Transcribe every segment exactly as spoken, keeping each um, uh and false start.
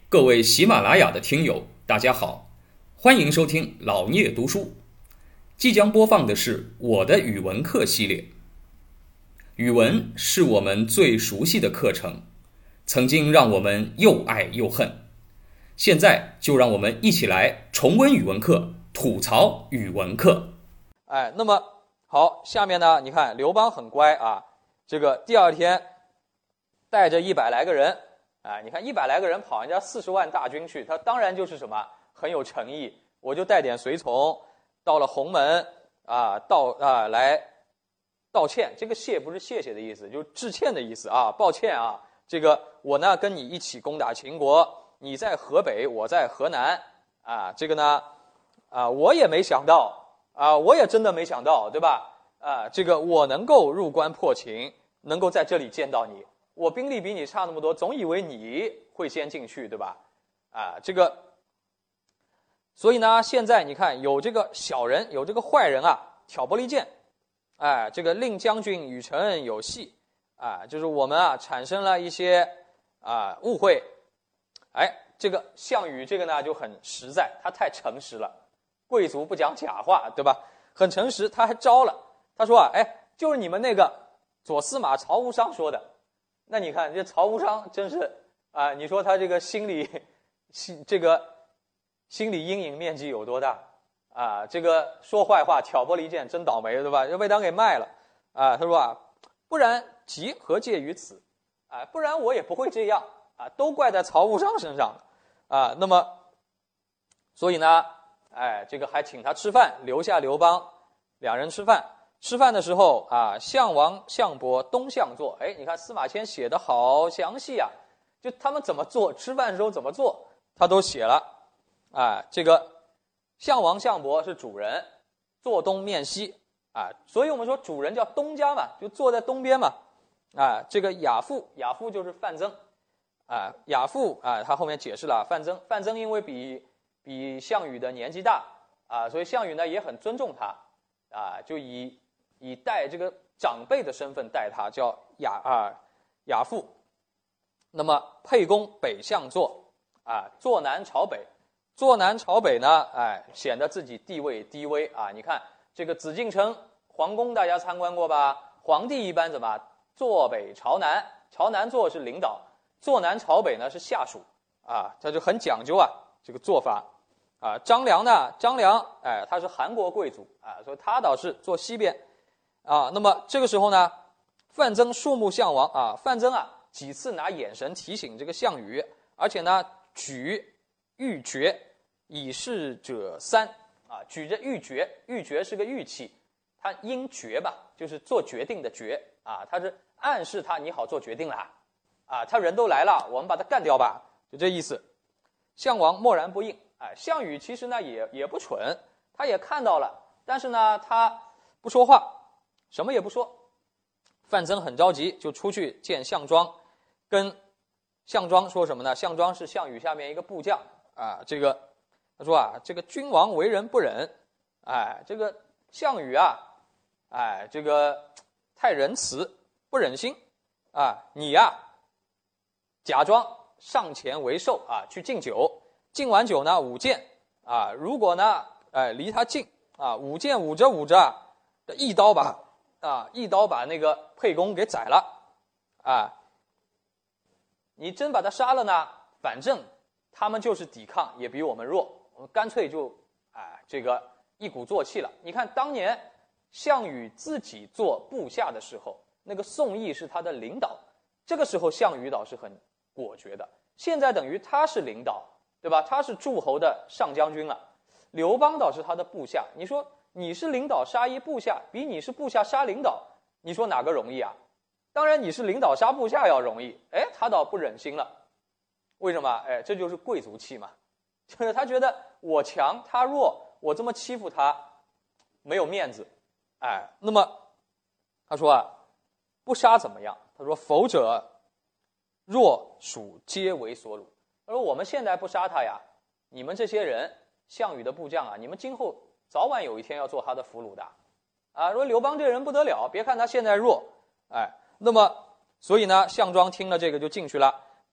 各位喜马拉雅的听友，大家好，欢迎收听老聂读书。即将播放的是我的语文课系列。语文是我们最熟悉的课程，曾经让我们又爱又恨。现在就让我们一起来重温语文课，吐槽语文课。 哎，那么好，下面呢，你看刘邦很乖啊，这个第二天带着一百来个人，啊，你看一百来个人跑人家四十万大军去，他当然就是什么很有诚意，我就带点随从到了鸿门啊，道啊来道歉，这个谢不是谢谢的意思，就是致歉的意思啊，抱歉啊，这个我呢跟你一起攻打秦国，你在河北，我在河南啊，这个呢啊我也没想到啊，我也真的没想到，对吧？啊，这个我能够入关破秦，能够在这里见到你。我兵力比你差那么多，总以为你会先进去，对吧？啊，这个，所以呢，现在你看有这个小人，有这个坏人啊，挑拨离间，哎，这个令将军与臣有隙，啊，就是我们啊产生了一些啊误会，哎，这个项羽这个呢就很实在，他太诚实了，贵族不讲假话，对吧？很诚实，他还招了，他说啊，哎，就是你们那个左司马曹无伤说的。那你看这曹无伤真是啊，你说他这个心理心这个心理阴影面积有多大啊？这个说坏话挑拨离间真倒霉，对吧？要被当给卖了啊！他说啊，不然急何介于此啊？不然我也不会这样啊，都怪在曹无伤身上啊。那么所以呢，哎，这个还请他吃饭，留下刘邦两人吃饭。吃饭的时候啊，项王、项伯东向坐。哎，你看司马迁写的好详细啊，就他们怎么做，吃饭的时候怎么做，他都写了。啊，这个项王、项伯是主人，坐东面西啊，所以我们说主人叫东家嘛，就坐在东边嘛。啊，这个亚父，亚父就是范增啊，亚父啊，他后面解释了范增，范增因为比比项羽的年纪大啊，所以项羽呢也很尊重他啊，就以。以带这个长辈的身份带他，叫亚啊亚父。那么沛公北向坐啊，坐南朝北，坐南朝北呢，哎，显得自己地位低微啊。你看这个紫禁城皇宫，大家参观过吧？皇帝一般怎么坐北朝南，朝南坐是领导，坐南朝北呢是下属啊，他就很讲究啊这个做法啊。张良呢，张良哎，他是韩国贵族啊，所以他倒是坐西边。啊，那么这个时候呢，范增树木项王啊，范增啊几次拿眼神提醒这个项羽，而且呢举玉珏以示者三啊，举着玉珏，玉珏是个玉器，他应决吧，就是做决定的决啊，他是暗示他你好做决定啦，啊，他人都来了，我们把他干掉吧，就这意思。项王默然不应，哎，项羽其实呢也也不蠢，他也看到了，但是呢他不说话。什么也不说，范增很着急，就出去见项庄，跟项庄说什么呢？项庄是项羽下面一个部将啊，这个他说啊，这个君王为人不忍，哎，这个项羽啊，哎，这个太仁慈，不忍心啊，你呀、啊，假装上前为寿啊，去敬酒，敬完酒呢，舞剑啊，如果呢，哎，离他近啊，舞剑舞着舞着，一刀把。啊！一刀把那个沛公给宰了，啊！你真把他杀了呢？反正他们就是抵抗，也比我们弱，我们干脆就啊，这个一鼓作气了。你看当年项羽自己做部下的时候，那个宋义是他的领导，这个时候项羽倒是很果决的。现在等于他是领导，对吧？他是诸侯的上将军了，刘邦倒是他的部下。你说？你是领导杀一部下，比你是部下杀领导，你说哪个容易啊？当然你是领导杀部下要容易。哎，他倒不忍心了，为什么？哎，这就是贵族气嘛，就是他觉得我强他弱，我这么欺负他没有面子。哎，那么他说啊，不杀怎么样？他说否则若属皆为所虏。他说我们现在不杀他呀，你们这些人项羽的部将啊，你们今后早晚有一天要做他的俘虏的，啊，说刘邦这人不得了，别看他现在弱，哎，那么所以呢，项庄听了这个就进去了，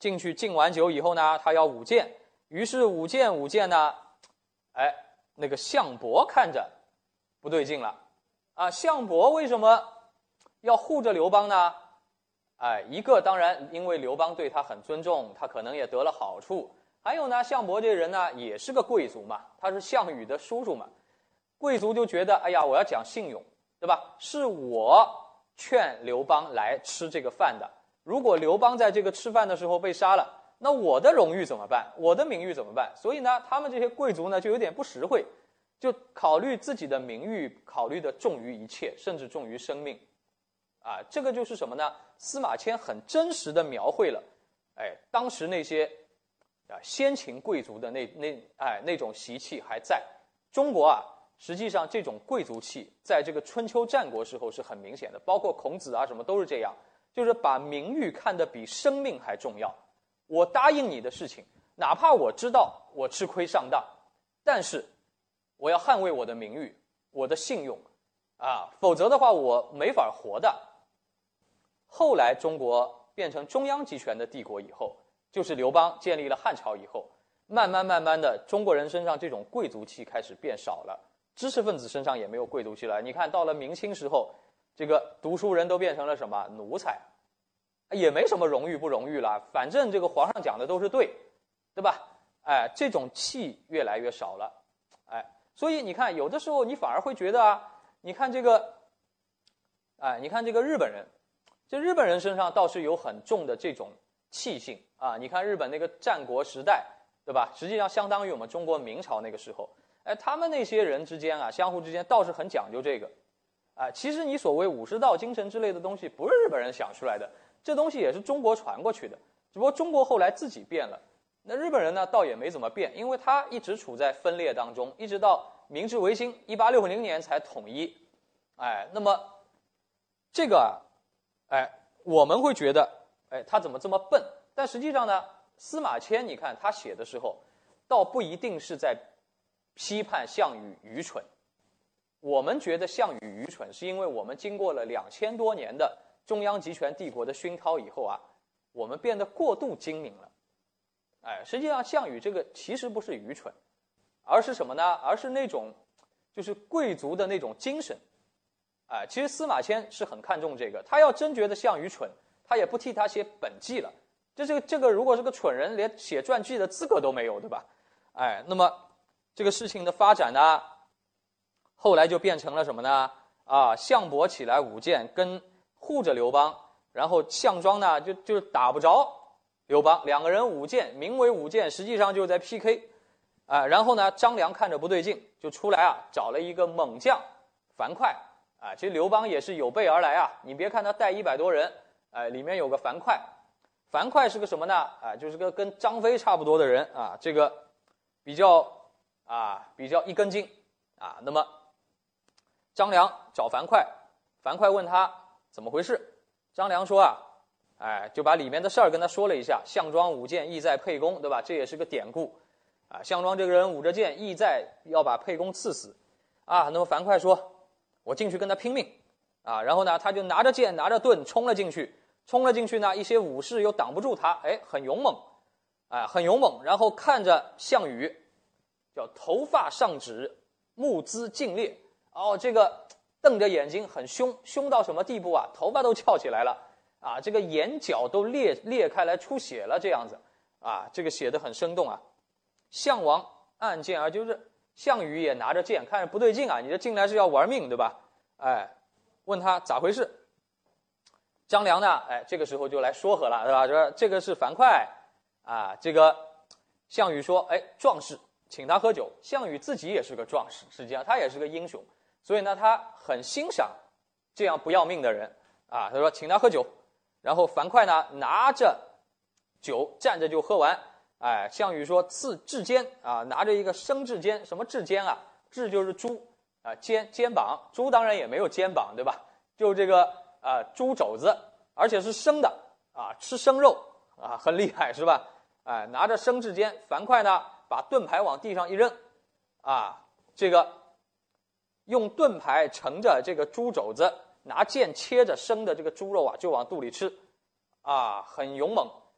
进去敬完酒以后呢，他要舞剑，于是舞剑舞剑呢，哎，那个项伯看着不对劲了，啊，项伯为什么要护着刘邦呢？哎，一个当然因为刘邦对他很尊重，他可能也得了好处。还有呢，项伯这人呢也是个贵族嘛，他是项羽的叔叔嘛，贵族就觉得，哎呀，我要讲信用，对吧？是我劝刘邦来吃这个饭的，如果刘邦在这个吃饭的时候被杀了，那我的荣誉怎么办？我的名誉怎么办？所以呢，他们这些贵族呢就有点不实惠，就考虑自己的名誉，考虑的重于一切，甚至重于生命。啊，这个就是什么呢？司马迁很真实的描绘了，哎，当时那些啊先秦贵族的那那哎那种习气还在。中国啊，实际上这种贵族气在这个春秋战国时候是很明显的，包括孔子啊什么都是这样，就是把名誉看得比生命还重要。我答应你的事情，哪怕我知道我吃亏上当，但是我要捍卫我的名誉，我的信用啊，否则的话我没法活的。后来中国变成中央集权的帝国以后，就是刘邦建立了汉朝以后，慢慢慢慢的中国人身上这种贵族气开始变少了，知识分子身上也没有贵族气了。你看到了明清时候，这个读书人都变成了什么奴才，也没什么荣誉不荣誉了，反正这个皇上讲的都是对，对吧？哎，这种气越来越少了，哎，所以你看有的时候你反而会觉得啊，你看这个，哎，你看这个日本人，这日本人身上倒是有很重的这种气性啊！你看日本那个战国时代，对吧？实际上相当于我们中国明朝那个时候，哎，他们那些人之间啊，相互之间倒是很讲究这个，啊，其实你所谓武士道精神之类的东西，不是日本人想出来的，这东西也是中国传过去的，只不过中国后来自己变了。那日本人呢，倒也没怎么变，因为他一直处在分裂当中，一直到明治维新一八六零年才统一，哎，那么这个啊。哎，我们会觉得，哎，他怎么这么笨？但实际上呢，司马迁，你看他写的时候，倒不一定是在批判项羽愚蠢。我们觉得项羽愚蠢，是因为我们经过了两千多年的中央集权帝国的熏陶以后啊，我们变得过度精明了。哎，实际上项羽这个其实不是愚蠢，而是什么呢？而是那种就是贵族的那种精神。啊、呃，其实司马迁是很看重这个，他要真觉得项羽蠢，他也不替他写本纪了。这这个这个，如果是个蠢人，连写传记的资格都没有，对吧？哎，那么这个事情的发展呢，后来就变成了什么呢？啊，项伯起来舞剑，跟护着刘邦，然后项庄呢就就打不着刘邦，两个人舞剑，名为舞剑，实际上就是在 P K。啊、呃，然后呢，张良看着不对劲，就出来啊，找了一个猛将樊哙。啊，其实刘邦也是有备而来啊！你别看他带一百多人，哎、呃，里面有个樊哙，樊哙是个什么呢？啊、呃，就是个跟张飞差不多的人啊，这个比较啊比较一根筋啊。那么张良找樊哙，樊哙问他怎么回事，张良说啊，哎，就把里面的事儿跟他说了一下。项庄舞剑，意在沛公，对吧？这也是个典故啊。项庄这个人舞着剑，意在要把沛公刺死啊。那么樊哙说，我进去跟他拼命，啊，然后呢，他就拿着剑拿着盾冲了进去，冲了进去呢，一些武士又挡不住他，哎，很勇猛，哎，很勇猛。然后看着项羽，叫头发上指，目眦尽裂，哦，这个瞪着眼睛很凶，凶到什么地步啊？头发都翘起来了，啊，这个眼角都裂裂开来出血了，这样子，啊，这个写得很生动啊。项王按剑而就是。项羽也拿着剑，看着不对劲啊！你这进来是要玩命，对吧？哎，问他咋回事？张良呢？哎，这个时候就来说和了，对吧？说这个是樊哙啊，这个项羽说，哎，壮士，请他喝酒。项羽自己也是个壮士，实际上他也是个英雄，所以呢，他很欣赏这样不要命的人啊。他说，请他喝酒。然后樊哙呢，拿着酒站着就喝完。哎，项羽说刺雉肩啊，拿着一个生雉肩，什么雉肩啊？雉就是猪啊，肩肩膀，猪当然也没有肩膀，对吧？就这个啊猪肘子，而且是生的啊，吃生肉啊，很厉害是吧？哎，拿着生雉肩，樊哙呢把盾牌往地上一扔，啊，这个用盾牌盛着这个猪肘子，拿剑切着生的这个猪肉啊，就往肚里吃，啊，很勇猛。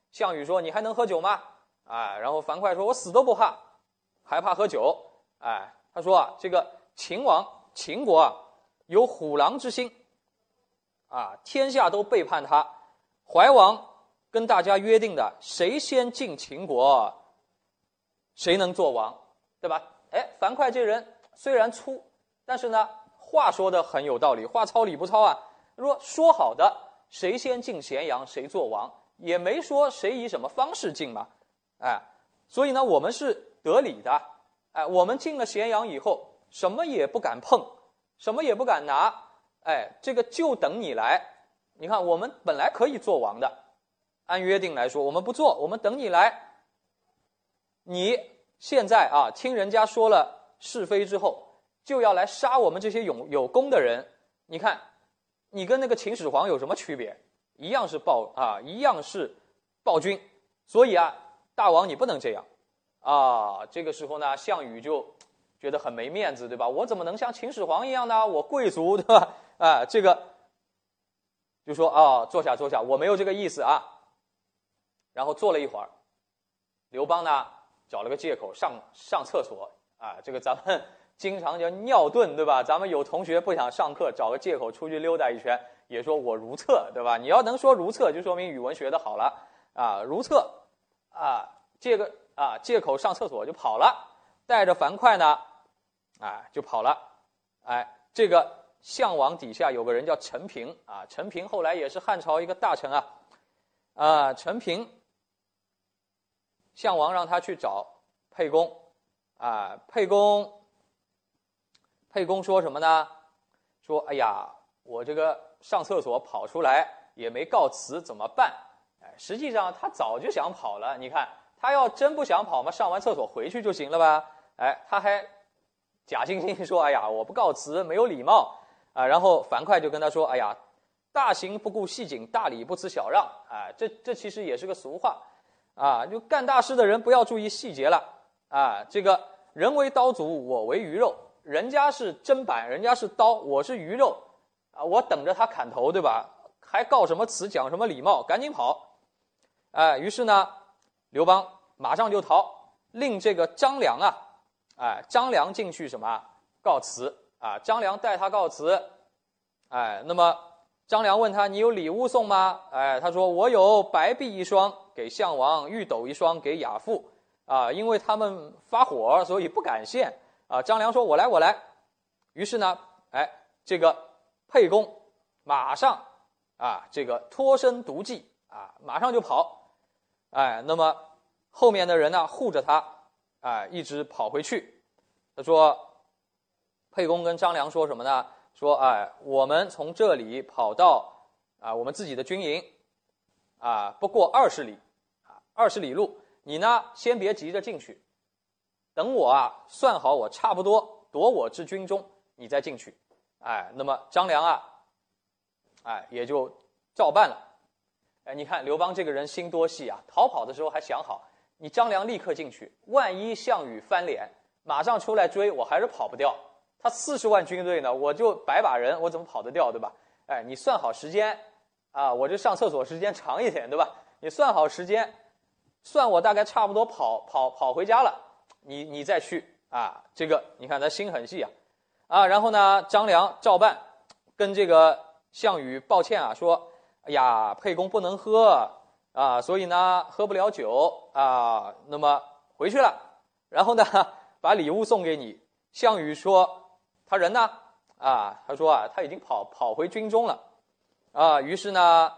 项羽说：“你还能喝酒吗？”哎，然后樊哙说：“我死都不怕，还怕喝酒。”哎，他说啊，这个秦王秦国啊有虎狼之心，啊，天下都背叛他。怀王跟大家约定的，谁先进秦国，谁能做王，对吧？哎，樊哙这人虽然粗，但是呢，话说的很有道理，话糙理不糙啊。说说好的，谁先进咸阳，谁做王，也没说谁以什么方式进嘛。哎，所以呢，我们是得理的。哎，我们进了咸阳以后，什么也不敢碰，什么也不敢拿。哎，这个就等你来。你看，我们本来可以做王的，按约定来说，我们不做，我们等你来。你现在啊，听人家说了是非之后，就要来杀我们这些有有功的人。你看，你跟那个秦始皇有什么区别？一样是暴啊，一样是暴君。所以啊，大王你不能这样啊。这个时候呢，项羽就觉得很没面子，对吧？我怎么能像秦始皇一样呢？我贵族，对吧？啊，这个就说啊，坐下坐下，我没有这个意思啊。然后坐了一会儿，刘邦呢找了个借口上上厕所啊。这个咱们经常叫尿遁，对吧？咱们有同学不想上课，找个借口出去溜达一圈，也说我如厕，对吧？你要能说如厕，就说明语文学得好了啊。如厕啊，借个啊借口上厕所就跑了，带着樊哙呢，啊就跑了。哎，这个项王底下有个人叫陈平啊，陈平后来也是汉朝一个大臣啊。啊，陈平，项王让他去找沛公啊，沛公。沛公说什么呢？说哎呀，我这个上厕所跑出来也没告辞，怎么办？哎，实际上他早就想跑了。你看，他要真不想跑嘛，上完厕所回去就行了吧？哎，他还假惺惺说：“哎呀，我不告辞，没有礼貌啊。”然后樊哙就跟他说：“哎呀，大行不顾细谨，大礼不辞小让。”啊，这这其实也是个俗话啊，就干大事的人不要注意细节了啊。这个人为刀俎，我为鱼肉。人家是砧板，人家是刀，我是鱼肉啊！我等着他砍头，对吧？还告什么辞，讲什么礼貌？赶紧跑！哎，于是呢，刘邦马上就逃，令这个张良啊，哎，张良进去什么告辞啊？张良带他告辞，哎，那么张良问他：“你有礼物送吗？”哎，他说：“我有白璧一双给项王，玉斗一双给亚父啊，因为他们发火，所以不敢献。”啊，张良说：“我来，我来。”于是呢，哎，这个沛公马上啊，这个脱身独骑啊，马上就跑。哎，那么后面的人呢护着他，哎，一直跑回去。他说，沛公跟张良说什么呢？说，哎，我们从这里跑到啊我们自己的军营啊，不过二十里啊，二十里路，你呢先别急着进去。等我啊算好我差不多夺我至军中，你再进去。哎，那么张良啊，哎也就照办了。哎，你看刘邦这个人心多细啊，逃跑的时候还想好，你张良立刻进去，万一项羽翻脸，马上出来追，我还是跑不掉。他四十万军队呢，我就百把人，我怎么跑得掉，对吧？哎，你算好时间啊，我这上厕所时间长一点，对吧？你算好时间，算我大概差不多跑跑跑回家了。你你再去啊，这个你看他心很细啊，啊，然后呢，张良照办，跟这个项羽抱歉啊，说，哎呀，沛公不能喝啊，所以呢喝不了酒啊，那么回去了，然后呢把礼物送给你。项羽说他人呢？啊，他说啊他已经跑跑回军中了，啊，于是呢，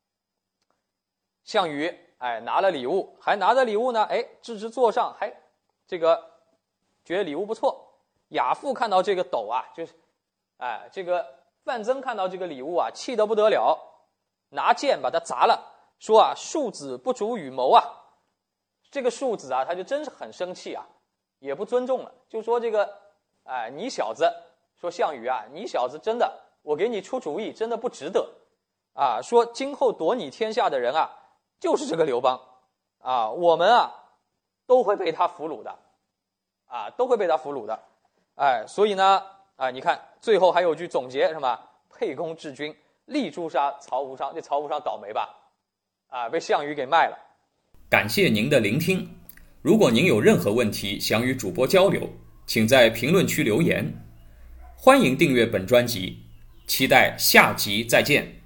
项羽哎拿了礼物，还拿着礼物呢，哎，置之座上，还。这个觉得礼物不错，亚父看到这个斗啊，就是，哎，这个范增看到这个礼物啊，气得不得了，拿剑把它砸了，说啊，庶子不足与谋啊。这个庶子啊，他就真是很生气啊，也不尊重了，就说这个，哎，你小子，说项羽啊，你小子真的，我给你出主意，真的不值得，啊，说今后夺你天下的人啊，就是这个刘邦，啊，我们啊。都会被他俘虏的，啊，都会被他俘虏的，哎，所以呢，啊，你看最后还有句总结什么？沛公治军，力诛杀曹无伤。这曹无伤倒霉吧？啊，被项羽给卖了。 感谢您的聆听。如果您有任何问题想与主播交流，请在评论区留言。欢迎订阅本专辑，期待下集再见。